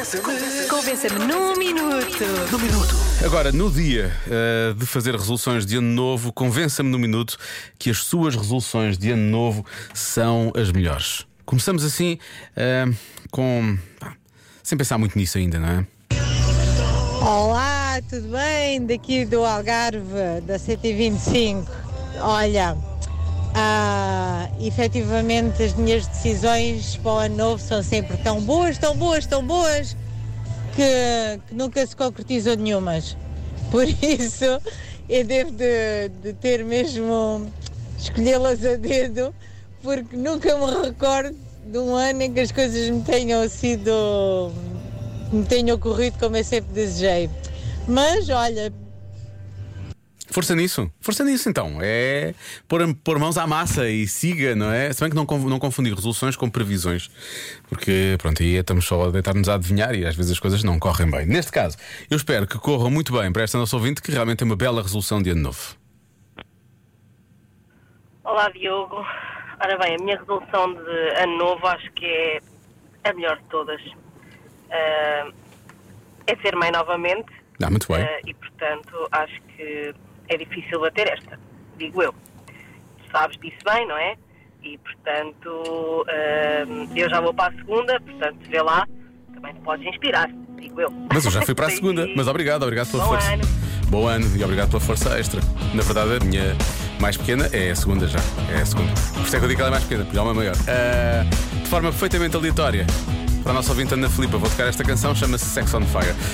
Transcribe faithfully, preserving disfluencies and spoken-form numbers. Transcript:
Convença-me num minuto. No minuto. Agora, no dia uh, de fazer resoluções de ano novo, convença-me no minuto que as suas resoluções de ano novo são as melhores. Começamos assim, uh, com. pá, sem pensar muito nisso ainda, não é? Olá, tudo bem? Daqui do Algarve, da cento e vinte e cinco. Olha, ah, efetivamente as minhas decisões para o ano novo são sempre tão boas, tão boas, tão boas, que, que nunca se concretizam nenhumas. Por isso, eu devo de, de ter mesmo escolhê-las a dedo, porque nunca me recordo de um ano em que as coisas me tenham sido... me tenha ocorrido como eu sempre desejei. Mas olha, Força nisso, força nisso então. É pôr, pôr mãos à massa e siga, não é? Se bem que não, conf- não confundir resoluções com previsões, porque pronto, aí estamos só a deitar-nos a adivinhar e às vezes as coisas não correm bem. Neste caso, eu espero que corram muito bem para esta nossa ouvinte, que realmente tem uma bela resolução de ano novo. Olá, Diogo. Ora bem, a minha resolução de ano novo acho que é a melhor de todas. Uh, é ser mãe novamente. Ah, muito bem. Uh, e, portanto, acho que é difícil bater esta, digo eu. Tu sabes disso bem, não é? E, portanto, uh, eu já vou para a segunda, portanto, vê lá, também te podes inspirar, digo eu. Mas eu já fui para a segunda. Mas obrigado, obrigado pela Bom força. ano. Bom ano e obrigado pela força extra. Na verdade, a minha mais pequena é a segunda já. É a segunda. Por isso é que eu digo que ela é mais pequena, porque ela é maior. Uh, de forma perfeitamente aleatória, para a nossa ouvinte Ana Filipa, vou tocar esta canção, chama-se Sex on Fire.